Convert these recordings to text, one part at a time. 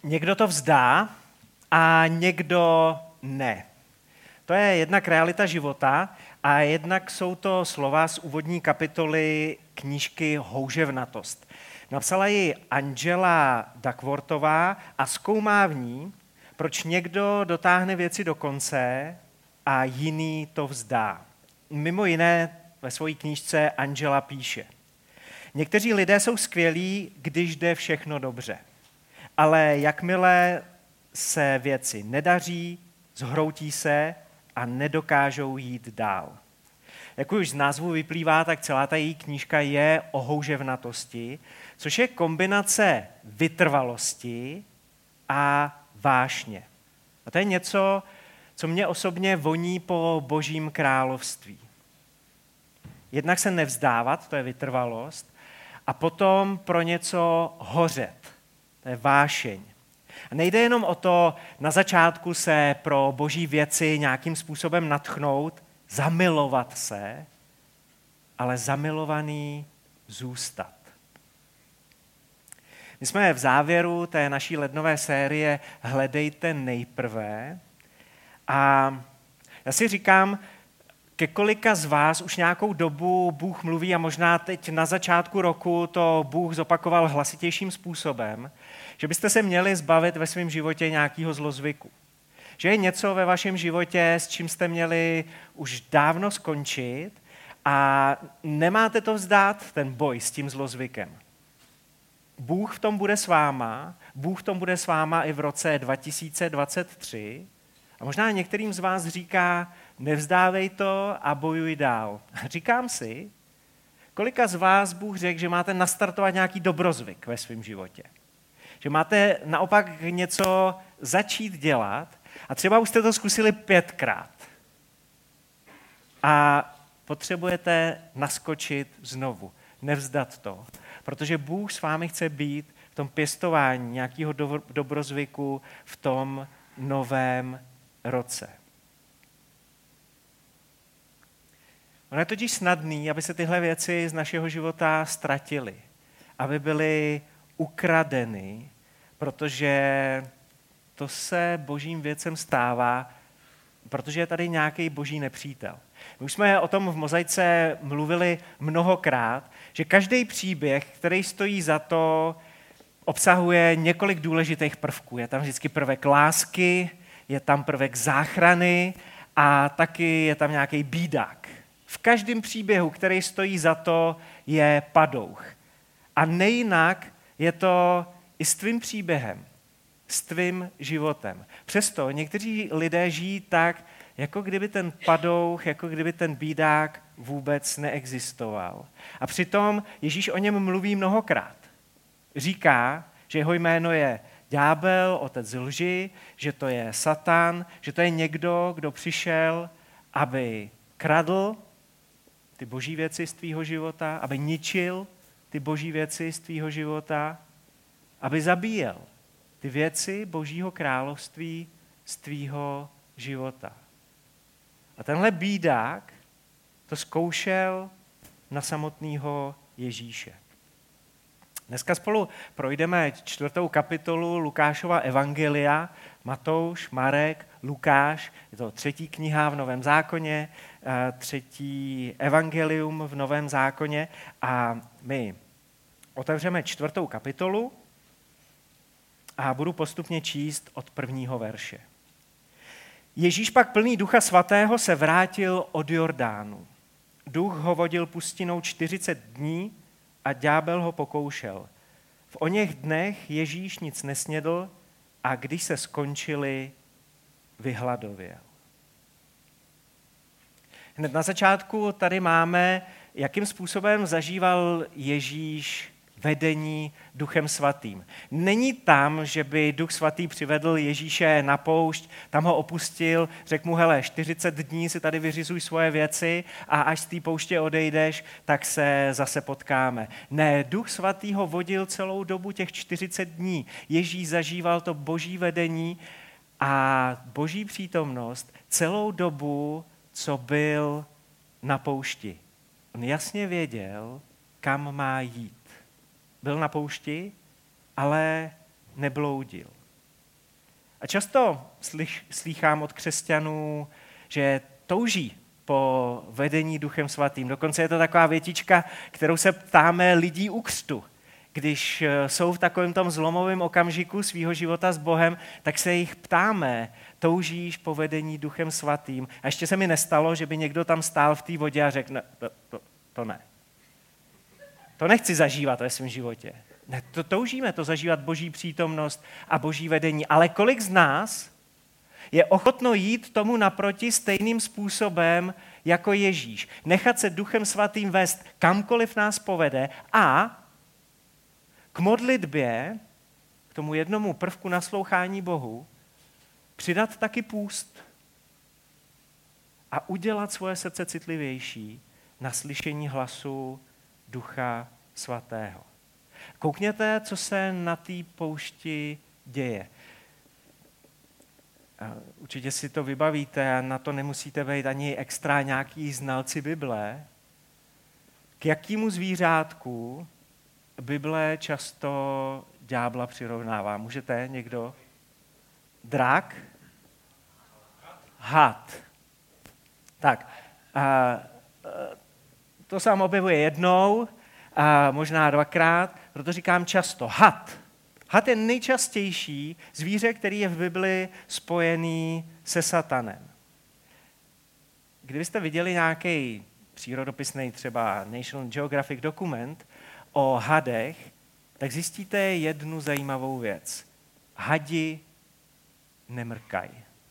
Někdo to vzdá a někdo ne. To je jednak realita života a jednak jsou to slova z úvodní kapitoly knížky Houževnatost. Napsala ji Angela Duckworthová a zkoumá v ní, proč někdo dotáhne věci do konce a jiný to vzdá. Mimo jiné ve své knížce Angela píše: někteří lidé jsou skvělí, když jde všechno dobře. Ale jakmile se věci nedaří, zhroutí se a nedokážou jít dál. Jak už z názvu vyplývá, tak celá ta její knížka je o houževnatosti, což je kombinace vytrvalosti a vášně. A to je něco, co mě osobně voní po Božím království. Jednak se nevzdávat, to je vytrvalost, a potom pro něco hořet, to je vášeň. A nejde jenom o to na začátku se pro Boží věci nějakým způsobem nadchnout, zamilovat se, ale zamilovaný zůstat. My jsme v závěru té naší lednové série Hledejte nejprve a já si říkám, ke kolika z vás už nějakou dobu Bůh mluví a možná teď na začátku roku to Bůh zopakoval hlasitějším způsobem, že byste se měli zbavit ve svém životě nějakého zlozvyku. Že je něco ve vašem životě, s čím jste měli už dávno skončit a nemáte to vzdát, ten boj s tím zlozvykem. Bůh v tom bude s váma, Bůh v tom bude s váma i v roce 2023 a možná některým z vás říká, nevzdávej to a bojuj dál. Říkám si, kolika z vás Bůh řekl, že máte nastartovat nějaký dobrozvyk ve svém životě. Že máte naopak něco začít dělat a třeba už jste to zkusili 5krát. A potřebujete naskočit znovu, nevzdat to. Protože Bůh s vámi chce být v tom pěstování nějakého dobrozvyku v tom novém roce. Ono je totiž snadný, aby se tyhle věci z našeho života ztratily, aby byly ukradeny, protože to se božím věcem stává, protože je tady nějaký boží nepřítel. My už jsme o tom v Mozaice mluvili mnohokrát, že každý příběh, který stojí za to, obsahuje několik důležitých prvků. Je tam vždycky prvek lásky, je tam prvek záchrany a taky je tam nějaký bídák. V každém příběhu, který stojí za to, je padouch. A nejinak je to i s tvým příběhem, s tvým životem. Přesto někteří lidé žijí tak, jako kdyby ten padouch, jako kdyby ten bídák vůbec neexistoval. A přitom Ježíš o něm mluví mnohokrát. Říká, že jeho jméno je ďábel, otec lži, že to je Satan, že to je někdo, kdo přišel, aby kradl ty boží věci z tvýho života, aby ničil ty boží věci z tvýho života, aby zabíjel ty věci božího království z tvýho života. A tenhle bídák to zkoušel na samotného Ježíše. Dneska spolu projdeme 4. kapitolu Lukášova evangelia, Matouš, Marek, Lukáš, je to 3. kniha v Novém zákoně, 3. evangelium v Novém zákoně a my otevřeme 4. kapitolu a budu postupně číst od 1. verše. Ježíš pak plný Ducha Svatého se vrátil od Jordánu. Duch ho vodil pustinou 40 dní a ďábel ho pokoušel. V oněch dnech Ježíš nic nesnědl a když se skončili, vyhladověl. Hned na začátku tady máme, jakým způsobem zažíval Ježíš vedení Duchem Svatým. Není tam, že by Duch Svatý přivedl Ježíše na poušť, tam ho opustil, řekl mu, hele, 40 dní si tady vyřizuj svoje věci a až z té pouště odejdeš, tak se zase potkáme. Ne, Duch Svatý ho vodil celou dobu těch 40 dní. Ježíš zažíval to boží vedení a boží přítomnost celou dobu, co byl na poušti. On jasně věděl, kam má jít. Byl na poušti, ale nebloudil. A často slýchám od křesťanů, že touží po vedení Duchem Svatým. Dokonce je to taková větička, kterou se ptáme lidí u křtu. Když jsou v takovém tom zlomovém okamžiku svého života s Bohem, tak se jich ptáme, toužíš po vedení Duchem Svatým. A ještě se mi nestalo, že by někdo tam stál v té vodě a řekl, to ne. To nechci zažívat ve svém životě. Ne, to toužíme, to zažívat Boží přítomnost a Boží vedení. Ale kolik z nás je ochotno jít tomu naproti stejným způsobem jako Ježíš. Nechat se Duchem Svatým vést kamkoliv nás povede a k modlitbě, k tomu jednomu prvku naslouchání Bohu, přidat taky půst a udělat svoje srdce citlivější na slyšení hlasu Ducha Svatého. Koukněte, co se na té poušti děje. Určitě si to vybavíte a na to nemusíte být ani extra nějaký znalci Bible. K jakému zvířátku Bible často ďábla přirovnává? Můžete někdo? Drak? Had. Tak, to se vám objevuje jednou, možná dvakrát, proto říkám často. Had. Had je nejčastější zvíře, který je v Bibli spojený se satanem. Kdybyste viděli nějaký přírodopisný třeba National Geographic dokument o hadech, tak zjistíte jednu zajímavou věc. Hadi nemrkají.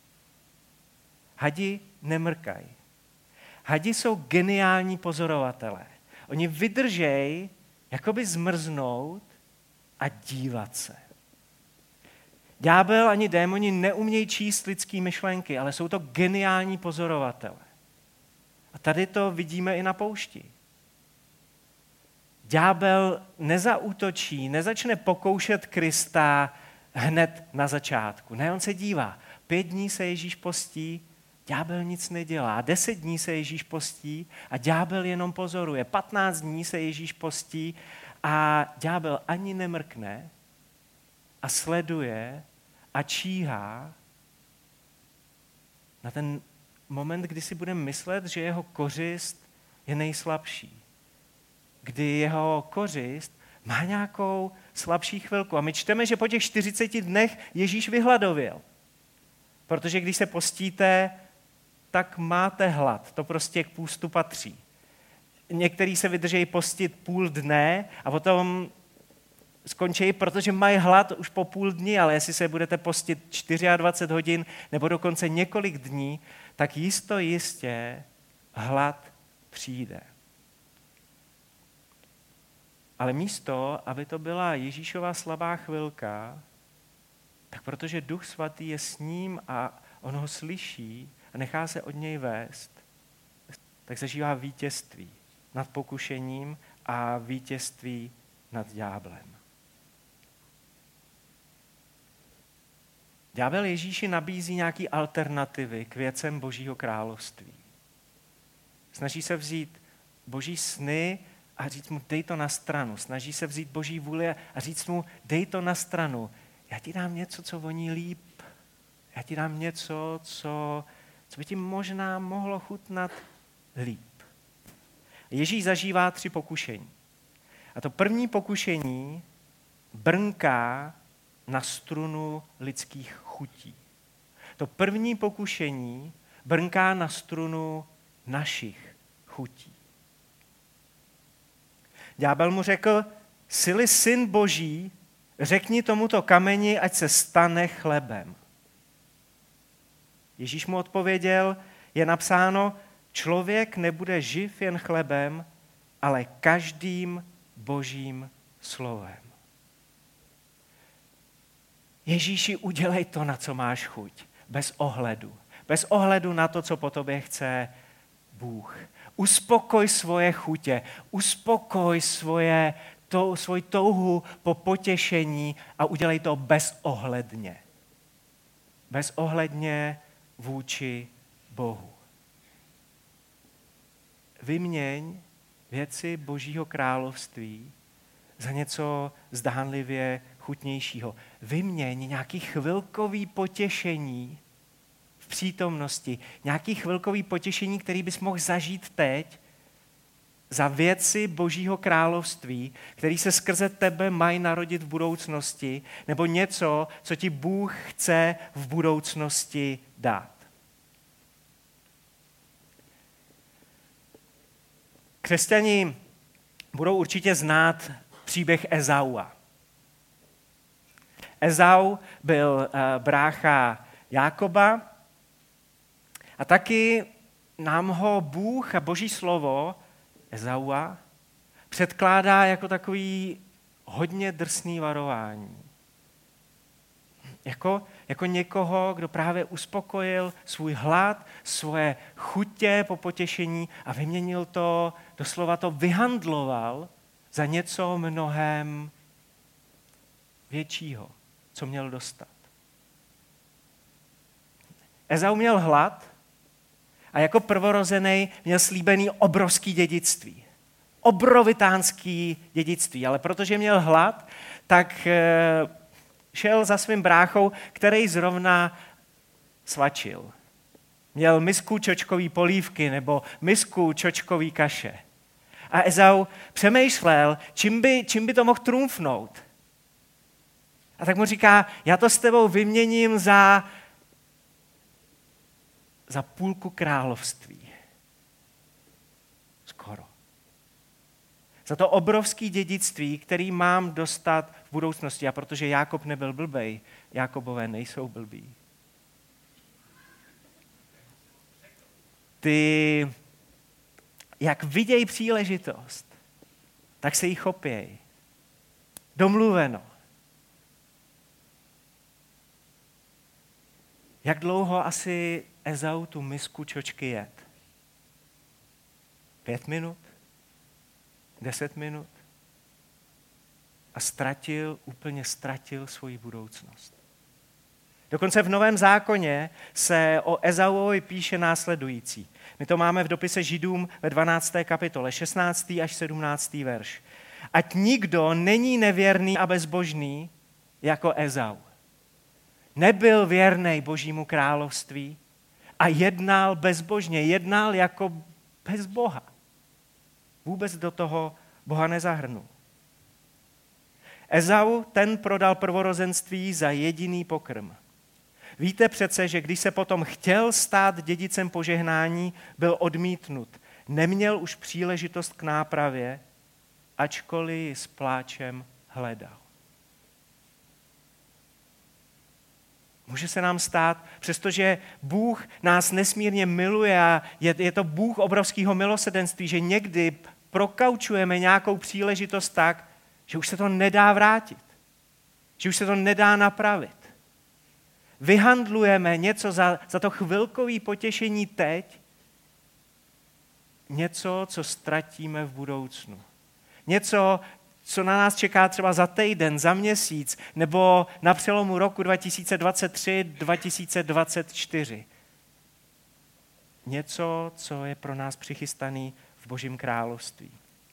Hadi nemrkají. Hadi jsou geniální pozorovatelé. Oni vydržejí jakoby zmrznout a dívat se. Ďábel ani démoni neumějí číst lidský myšlenky, ale jsou to geniální pozorovatele. A tady to vidíme i na poušti. Ďábel nezaútočí, nezačne pokoušet Krista hned na začátku. Ne, on se dívá. 5 dní se Ježíš postí, ďábel nic nedělá. 10 dní se Ježíš postí a ďábel jenom pozoruje. 15 dní se Ježíš postí a ďábel ani nemrkne a sleduje a číhá na ten moment, kdy si budeme myslet, že jeho kořist je nejslabší. Kdy jeho kořist má nějakou slabší chvilku. A my čteme, že po těch 40 dnech Ježíš vyhladověl. Protože když se postíte, tak máte hlad. To prostě k půstu patří. Někteří se vydržejí postit půl dne a potom skončí, protože mají hlad už po půl dní, ale jestli se budete postit 24 hodin nebo dokonce několik dní, tak jistě hlad přijde. Ale místo, aby to byla Ježíšova slabá chvilka, tak protože Duch Svatý je s ním a on ho slyší a nechá se od něj vést, tak zažívá vítězství nad pokušením a vítězství nad ďáblem. Ďábel Ježíši nabízí nějaké alternativy k věcem Božího království. Snaží se vzít Boží sny a říct mu, dej to na stranu. Snaží se vzít Boží vůli a říct mu, dej to na stranu. Já ti dám něco, co voní líp. Já ti dám něco, co by ti možná mohlo chutnat líp. Ježíš zažívá 3 pokušení. A to první pokušení brnká na strunu lidských chutí. To první pokušení brnká na strunu našich chutí. Ďábel mu řekl, jsi-li syn Boží, řekni tomuto kameni, ať se stane chlebem. Ježíš mu odpověděl, je napsáno, člověk nebude živ jen chlebem, ale každým Božím slovem. Ježíši, udělej to, na co máš chuť, bez ohledu. Bez ohledu na to, co po tobě chce Bůh. Uspokoj svoje chutě, uspokoj svoji touhu po potěšení a udělej to bezohledně. Bezohledně vůči Bohu. Vyměň věci Božího království za něco zdánlivě chutnějšího. Vyměň nějaký chvilkový potěšení v přítomnosti, nějaký chvilkový potěšení, který bys mohl zažít teď, za věci Božího království, který se skrze tebe mají narodit v budoucnosti, nebo něco, co ti Bůh chce v budoucnosti dát. Křesťani budou určitě znát příběh Ezaua. Ezau byl brácha Jákoba a taky nám ho Bůh a Boží slovo Ezaua předkládá jako takový hodně drsný varování. Jako někoho, kdo právě uspokojil svůj hlad, svoje chutě po potěšení a vyměnil to, doslova to vyhandloval za něco mnohem většího, co měl dostat. Ezau měl hlad a jako prvorozený měl slíbený obrovský dědictví. Obrovitánský dědictví, ale protože měl hlad, tak šel za svým bráchou, který zrovna svačil. Měl misku čočkový polívky nebo misku čočkový kaše. A Ezau přemýšlel, čím by to mohl trumfnout. A tak mu říká, já to s tebou vyměním za půlku království. Skoro. Za to obrovské dědictví, který mám dostat v budoucnosti. A protože Jákob nebyl blbej, Jákobové nejsou blbí. Ty, jak vidějí příležitost, tak se jí chopějí. Domluveno. Jak dlouho asi Ezau tu misku čočky jet? 5 minut? 10 minut? A úplně ztratil svoji budoucnost. Dokonce v Novém zákoně se o Ezauovi píše následující. My to máme v dopise Židům ve 12. kapitole, 16. až 17. verš. Ať nikdo není nevěrný a bezbožný jako Ezau. Nebyl věrný Božímu království a jednal bezbožně, jednal jako bez Boha. Vůbec do toho Boha nezahrnul. Ezau, ten prodal prvorozenství za jediný pokrm. Víte přece, že když se potom chtěl stát dědicem požehnání, byl odmítnut. Neměl už příležitost k nápravě, ačkoliv ji s pláčem hledal. Může se nám stát, přestože Bůh nás nesmírně miluje a je to Bůh obrovského milosrdenství, že někdy prokaučujeme nějakou příležitost tak, že už se to nedá vrátit, že už se to nedá napravit. Vyhandlujeme něco za to chvilkové potěšení teď, něco, co ztratíme v budoucnu. Něco, co na nás čeká třeba za týden, za měsíc, nebo na přelomu roku 2023-2024. Něco, co je pro nás přichystaný v Božím království.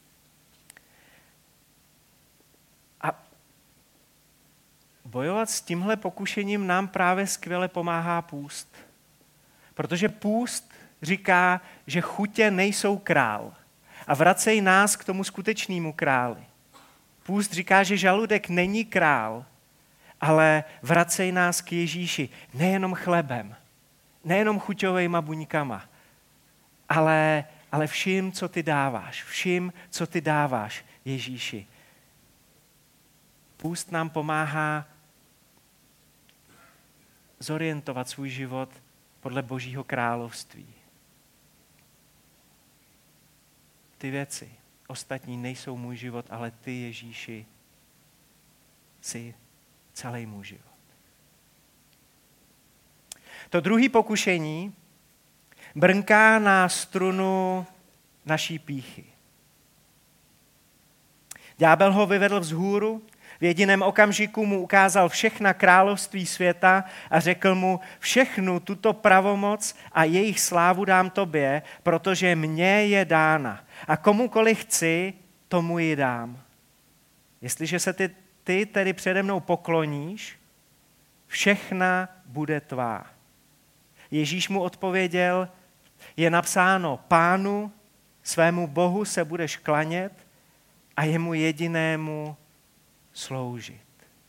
A bojovat s tímhle pokušením nám právě skvěle pomáhá půst. Protože půst říká, že chutě nejsou král a vracejí nás k tomu skutečnému králi. Půst říká, že žaludek není král, ale vracej nás k Ježíši nejenom chlebem, nejenom chuťovejma buňkama, ale vším, co ty dáváš. Vším, co ty dáváš, Ježíši. Půst nám pomáhá zorientovat svůj život podle Božího království. Ty věci ostatní nejsou můj život, ale ty, Ježíši, jsi celý můj život. To druhé pokušení brnká na strunu naší pýchy. Ďábel ho vyvedl vzhůru, v jediném okamžiku mu ukázal všechna království světa a řekl mu, všechnu tuto pravomoc a jejich slávu dám tobě, protože mně je dána. A komukoliv chci, tomu ji dám. Jestliže se ty ty tedy přede mnou pokloníš, všechna bude tvá. Ježíš mu odpověděl, je napsáno, Pánu, svému Bohu se budeš klanět a jemu jedinému sloužit.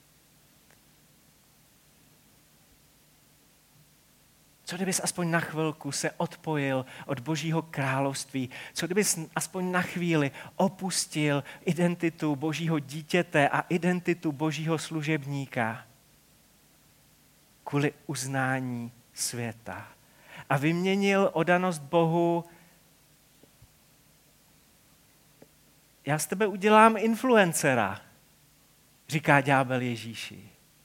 Co kdybys aspoň na chvilku se odpojil od Božího království? Co kdybys aspoň na chvíli opustil identitu Božího dítěte a identitu Božího služebníka kvůli uznání světa a vyměnil oddanost Bohu, já z tebe udělám influencera, říká ďábel Ježíši.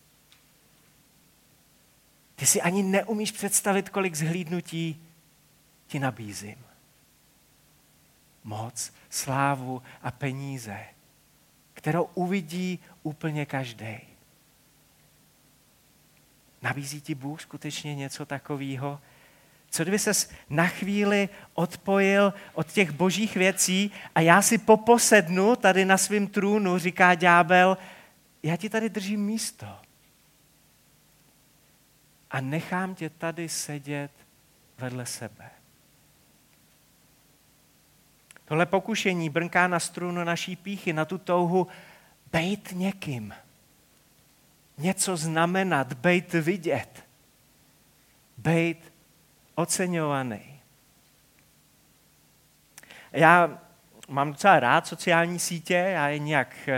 Ty si ani neumíš představit, kolik zhlídnutí ti nabízím. Moc, slávu a peníze, kterou uvidí úplně každý. Nabízí ti Bůh skutečně něco takového? Co kdyby ses na chvíli odpojil od těch božích věcí a já si poposednu tady na svém trůnu, říká ďábel, já ti tady držím místo. A nechám tě tady sedět vedle sebe. Tohle pokušení brnká na strunu naší pýchy, na tu touhu bejt někým. Něco znamenat, bejt vidět. Bejt oceňovaný. Já mám docela rád sociální sítě, já je nějak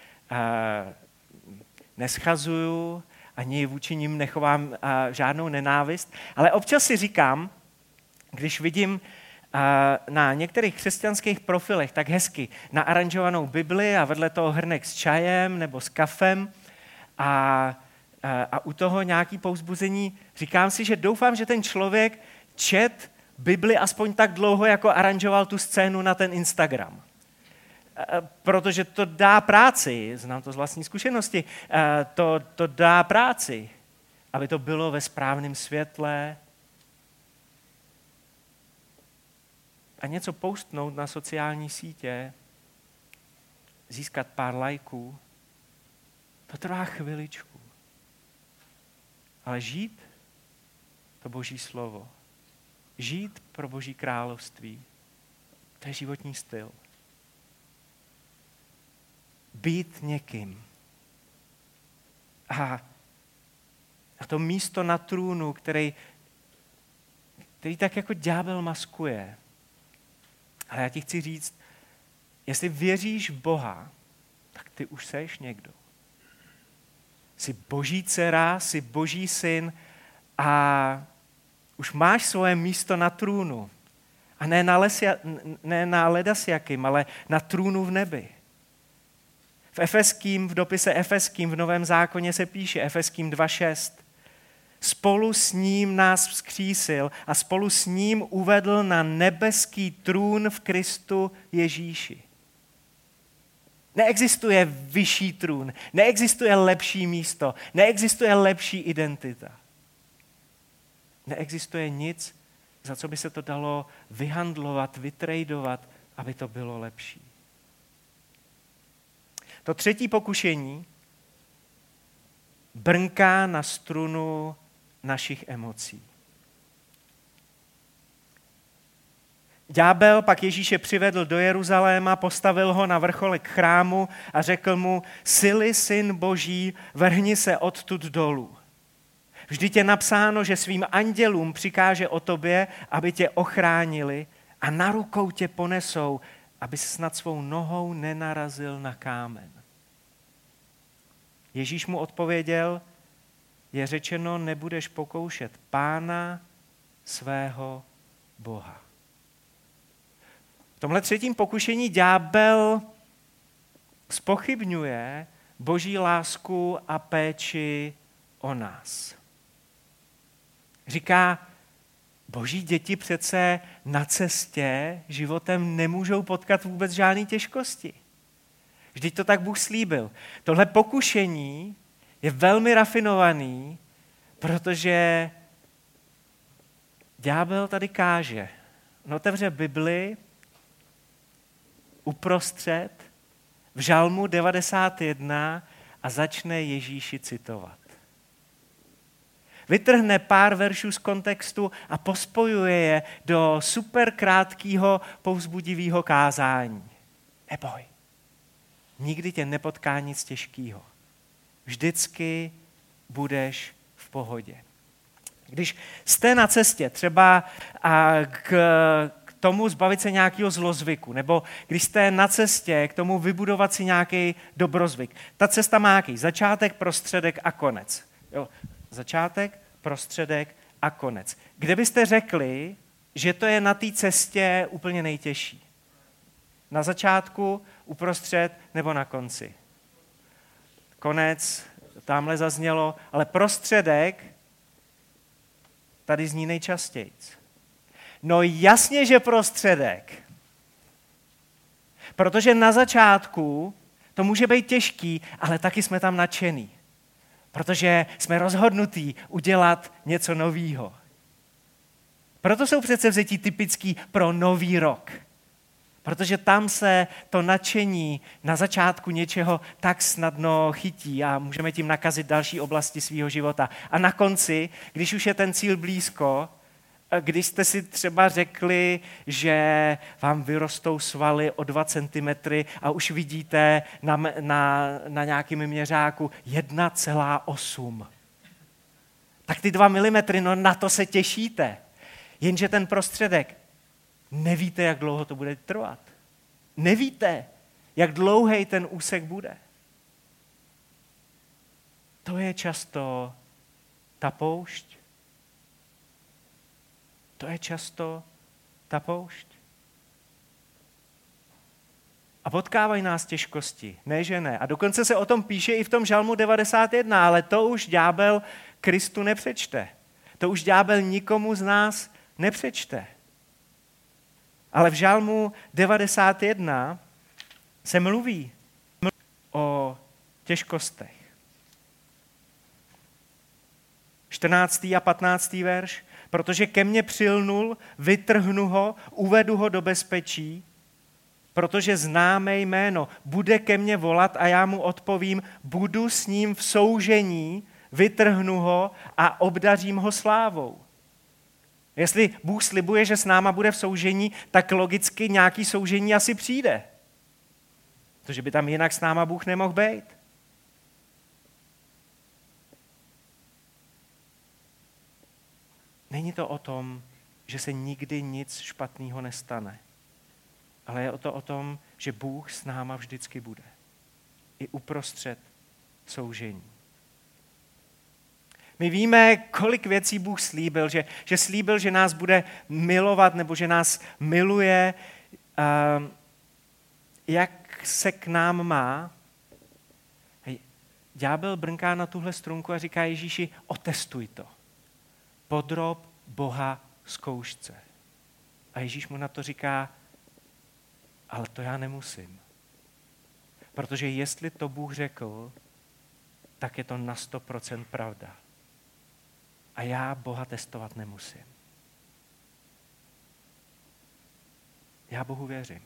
neschazuju, ani vůči nim nechovám žádnou nenávist, ale občas si říkám, když vidím na některých křesťanských profilech tak hezky naaranžovanou Bibli a vedle toho hrnek s čajem nebo s kafem a u toho nějaký povzbuzení, říkám si, že doufám, že ten člověk čet Bibli aspoň tak dlouho, jako aranžoval tu scénu na ten Instagram. Protože to dá práci, znám to z vlastní zkušenosti, to dá práci, aby to bylo ve správném světle a něco postnout na sociální sítě, získat pár lajků, to trvá chviličku. Ale žít to Boží slovo, žít pro Boží království, to je životní styl. Být někým. A to místo na trůnu, který tak jako ďábel maskuje. Ale já ti chci říct, jestli věříš v Boha, tak ty už seš někdo. Jsi Boží dcera, jsi Boží syn a už máš svoje místo na trůnu. A ne na ledasjakým, ale na trůnu v nebi. V dopise Efeským v Novém zákoně se píše, Efeským 2.6. Spolu s ním nás vzkřísil a spolu s ním uvedl na nebeský trůn v Kristu Ježíši. Neexistuje vyšší trůn, neexistuje lepší místo, neexistuje lepší identita. Neexistuje nic, za co by se to dalo vyhandlovat, vytradovat, aby to bylo lepší. To třetí pokušení brnká na strunu našich emocí. Ďábel pak Ježíše přivedl do Jeruzaléma, postavil ho na vrcholek chrámu a řekl mu, Jsi-li syn Boží, vrhni se odtud dolů. Vždyť je napsáno, že svým andělům přikáže o tobě, aby tě ochránili a na rukou tě ponesou, aby snad svou nohou nenarazil na kámen. Ježíš mu odpověděl, je řečeno, nebudeš pokoušet Pána svého Boha. V tomhle třetím pokušení ďábel zpochybňuje Boží lásku a péči o nás. Říká, Boží děti přece na cestě životem nemůžou potkat vůbec žádné těžkosti. Vždyť to tak Bůh slíbil. Tohle pokušení je velmi rafinovaný, protože ďábel tady káže. On otevře Bibli uprostřed v Žalmu 91 a a začne Ježíši citovat. Vytrhne pár veršů z kontextu a pospojuje je do super krátkého povzbudivého kázání. Neboj, nikdy tě nepotká nic těžkého. Vždycky budeš v pohodě. Když jste na cestě třeba k tomu zbavit se nějakého zlozvyku, nebo když jste na cestě k tomu vybudovat si nějaký dobrozvyk, ta cesta má nějaký začátek, prostředek a konec. Jo? Začátek, prostředek a konec. Kde byste řekli, že to je na té cestě úplně nejtěžší? Na začátku, uprostřed nebo na konci? Konec, tamhle zaznělo, ale prostředek tady zní nejčastěji. No jasně, že prostředek. Protože na začátku to může být těžký, ale taky jsme tam nadšený. Protože jsme rozhodnutí udělat něco novýho. Proto jsou předsevzetí typický pro nový rok. Protože tam se to nadšení na začátku něčeho tak snadno chytí a můžeme tím nakazit další oblasti svého života. A na konci, když už je ten cíl blízko, když jste si třeba řekli, že vám vyrostou svaly o 2 cm a už vidíte na nějakém měřáku 1,8. Tak ty 2 mm, no na to se těšíte. Jenže ten prostředek, nevíte, jak dlouho to bude trvat. Nevíte, jak dlouhý ten úsek bude. To je často ta poušť. To je často ta poušť. A potkávají nás těžkosti, ne že ne. A dokonce se o tom píše i v tom žalmu 91, ale to už ďábel Kristu nepřečte. To už ďábel nikomu z nás nepřečte. Ale v žalmu 91 se mluví o těžkostech. 14. a 15. verš. Protože ke mně přilnul, vytrhnu ho, uvedu ho do bezpečí, protože zná mé jméno, bude ke mně volat a já mu odpovím, budu s ním v soužení, vytrhnu ho a obdařím ho slávou. Jestli Bůh slibuje, že s náma bude v soužení, tak logicky nějaký soužení asi přijde. Protože by tam jinak s náma Bůh nemohl být. Není to o tom, že se nikdy nic špatného nestane, ale je to o tom, že Bůh s náma vždycky bude. I uprostřed soužení. My víme, kolik věcí Bůh slíbil, že slíbil, že nás bude milovat nebo že nás miluje, jak se k nám má. Ďábel brnká na tuhle strunku a říká Ježíši, otestuj to. Podrob Boha zkoušce. A Ježíš mu na to říká, ale to já nemusím. Protože jestli to Bůh řekl, tak je to na 100% pravda. A já Boha testovat nemusím. Já Bohu věřím.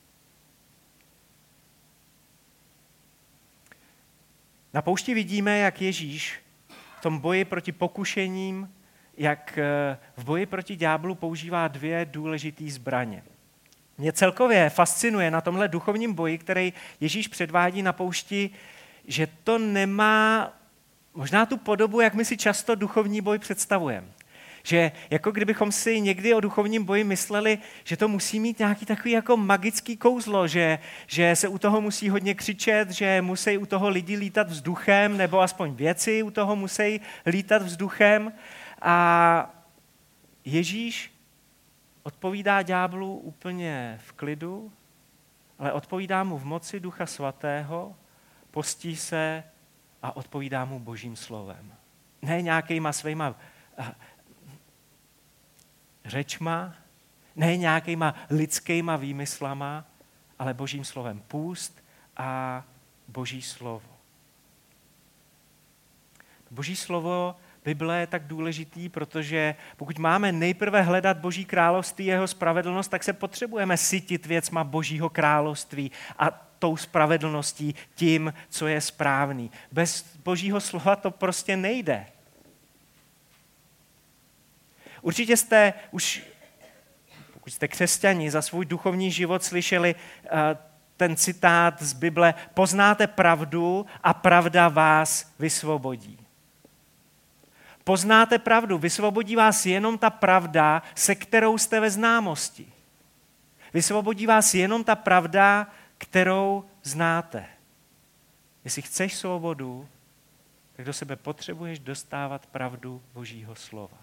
Na poušti vidíme, jak Ježíš v tom boji proti pokušením, jak v boji proti ďáblu používá 2 důležité zbraně. Mě celkově fascinuje na tomhle duchovním boji, který Ježíš předvádí na poušti, že to nemá možná tu podobu, jak my si často duchovní boj představujeme. Že jako kdybychom si někdy o duchovním boji mysleli, že to musí mít nějaký takový jako magický kouzlo, že se u toho musí hodně křičet, že musí u toho lidi lítat vzduchem, nebo aspoň věci u toho musí lítat vzduchem. A Ježíš odpovídá ďáblu úplně v klidu, ale odpovídá mu v moci Ducha Svatého, postí se a odpovídá mu Božím slovem. Ne nějakýma svýma řečma, ne nějakýma lidskýma výmyslama, ale Božím slovem. Půst a Boží slovo. Boží slovo, Bible je tak důležitý, protože pokud máme nejprve hledat Boží království, jeho spravedlnost, tak se potřebujeme sytit věcma Božího království. A tou spravedlností, tím, co je správný. Bez Božího slova to prostě nejde. Určitě jste už, pokud jste křesťani, za svůj duchovní život slyšeli ten citát z Bible: poznáte pravdu a pravda vás vysvobodí. Poznáte pravdu, vysvobodí vás jenom ta pravda, se kterou jste ve známosti. Vysvobodí vás jenom ta pravda, kterou znáte. Jestli chceš svobodu, tak do sebe potřebuješ dostávat pravdu Božího slova.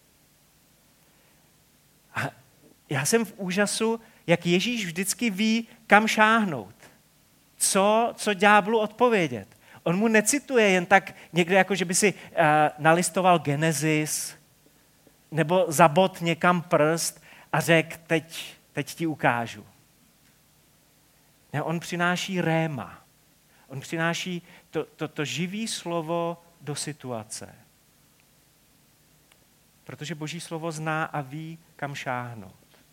A já jsem v úžasu, jak Ježíš vždycky ví, kam šáhnout. Co ďáblu odpovědět. On mu necituje jen tak někde, jako že by si nalistoval Genesis nebo zabod někam prst a řekl, teď ti ukážu. Ne, on přináší réma. On přináší to živý slovo do situace. Protože Boží slovo zná a ví, kam šáhnout.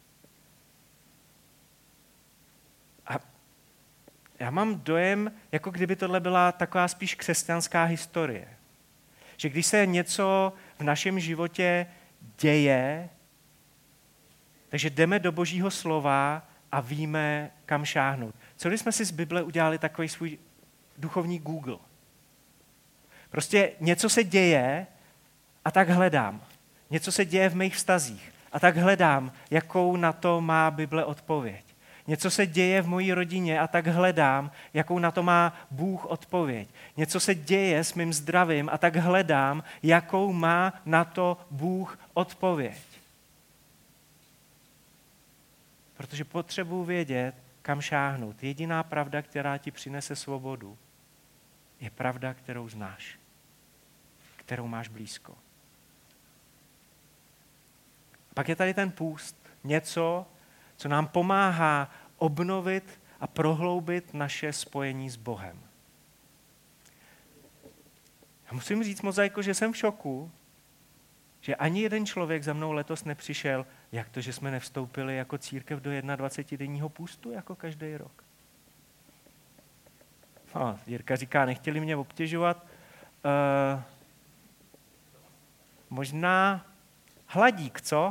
A já mám dojem, jako kdyby tohle byla taková spíš křesťanská historie. Že když se něco v našem životě děje, takže jdeme do Božího slova a víme, kam šáhnout. Co když jsme si z Bible udělali takový svůj duchovní Google? Prostě něco se děje a tak hledám. Něco se děje v mých vztazích a tak hledám, jakou na to má Bible odpověď. Něco se děje v mojí rodině a tak hledám, jakou na to má Bůh odpověď. Něco se děje s mým zdravím a tak hledám, jakou má na to Bůh odpověď. Protože potřebuji vědět, kam šáhnout. Jediná pravda, která ti přinese svobodu, je pravda, kterou znáš, kterou máš blízko. Pak je tady ten půst, něco, co nám pomáhá obnovit a prohloubit naše spojení s Bohem. Já musím říct, Mozaiko, že jsem v šoku, že ani jeden člověk za mnou letos nepřišel, jak to, že jsme nevstoupili jako církev do 21denního půstu, jako každý rok. No, Jirka říká, nechtěli mě obtěžovat. Možná hladík, co?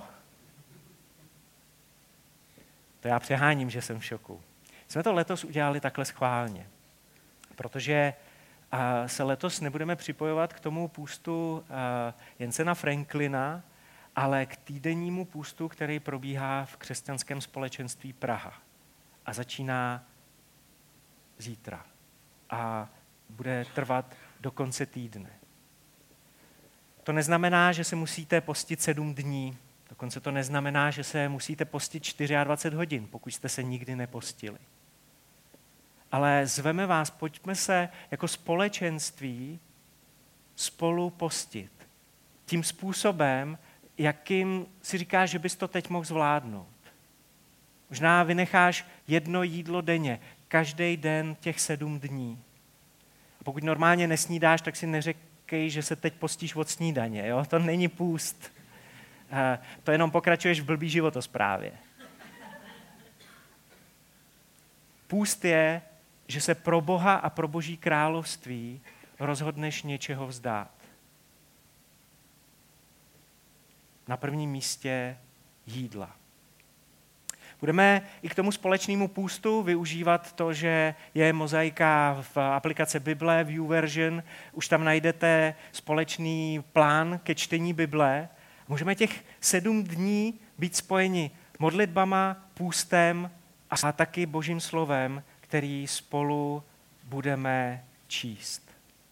To já přeháním, že jsem v šoku. Jsme to letos udělali takhle schválně, protože se letos nebudeme připojovat k tomu půstu Jensena Franklina, ale k týdennímu půstu, který probíhá v křesťanském společenství Praha. A začíná zítra. A bude trvat do konce týdne. To neznamená, že se musíte postit 7 dní. Dokonce to neznamená, že se musíte postit 24 hodin, pokud jste se nikdy nepostili. Ale zveme vás, pojďme se jako společenství spolu postit. Tím způsobem, jakým si říkáš, že bys to teď mohl zvládnout. Možná vynecháš 1 jídlo denně, každý den těch 7 dní. A pokud normálně nesnídáš, tak si neřekej, že se teď postíš od snídaně. Jo? To není půst. To jenom pokračuješ v blbý životosprávě. Půst je, že se pro Boha a pro Boží království rozhodneš něčeho vzdát. Na prvním místě jídla. Budeme i k tomu společnému půstu využívat to, že je mozaika v aplikaci Bible, YouVersion. Už tam najdete společný plán ke čtení Bible. Můžeme těch 7 dní být spojeni modlitbama, půstem a taky Božím slovem, který spolu budeme číst.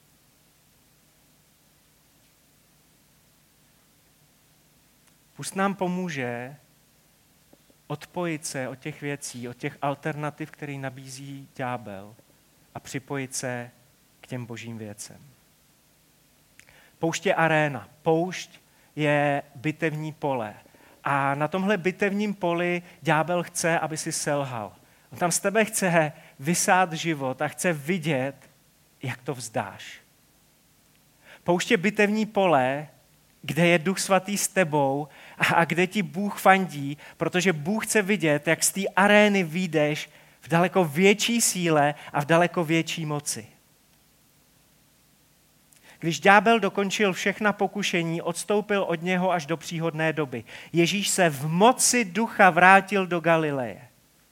Půst nám pomůže odpojit se od těch věcí, od těch alternativ, které nabízí ďábel a připojit se k těm božím věcem. Poušť je aréna. Poušť je bitevní pole. A na tomhle bitevním poli ďábel chce, aby si selhal. On tam z tebe chce vysát život a chce vidět, jak to vzdáš. Poušť je bitevní pole, kde je Duch Svatý s tebou a kde ti Bůh fandí, protože Bůh chce vidět, jak z té arény vyjdeš v daleko větší síle a v daleko větší moci. Když ďábel dokončil všechna pokušení, odstoupil od něho až do příhodné doby. Ježíš se v moci ducha vrátil do Galileje.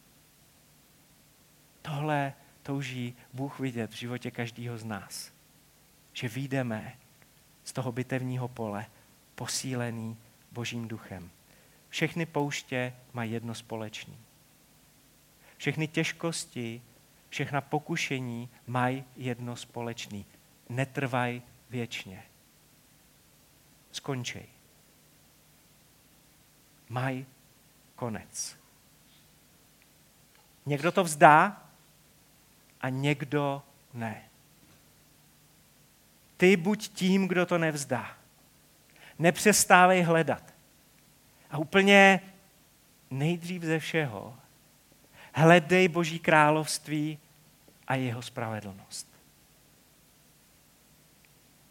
Tohle touží Bůh vidět v životě každého z nás. Že vyjdeme z toho bitevního pole posílený Božím duchem. Všechny pouště mají jedno společné. Všechny těžkosti, všechna pokušení mají jedno společné. Netrvaj věčně. Skončej. Mají konec. Někdo to vzdá a někdo ne. Ty buď tím, kdo to nevzdá. Nepřestávej hledat. A úplně nejdřív ze všeho hledej Boží království a jeho spravedlnost.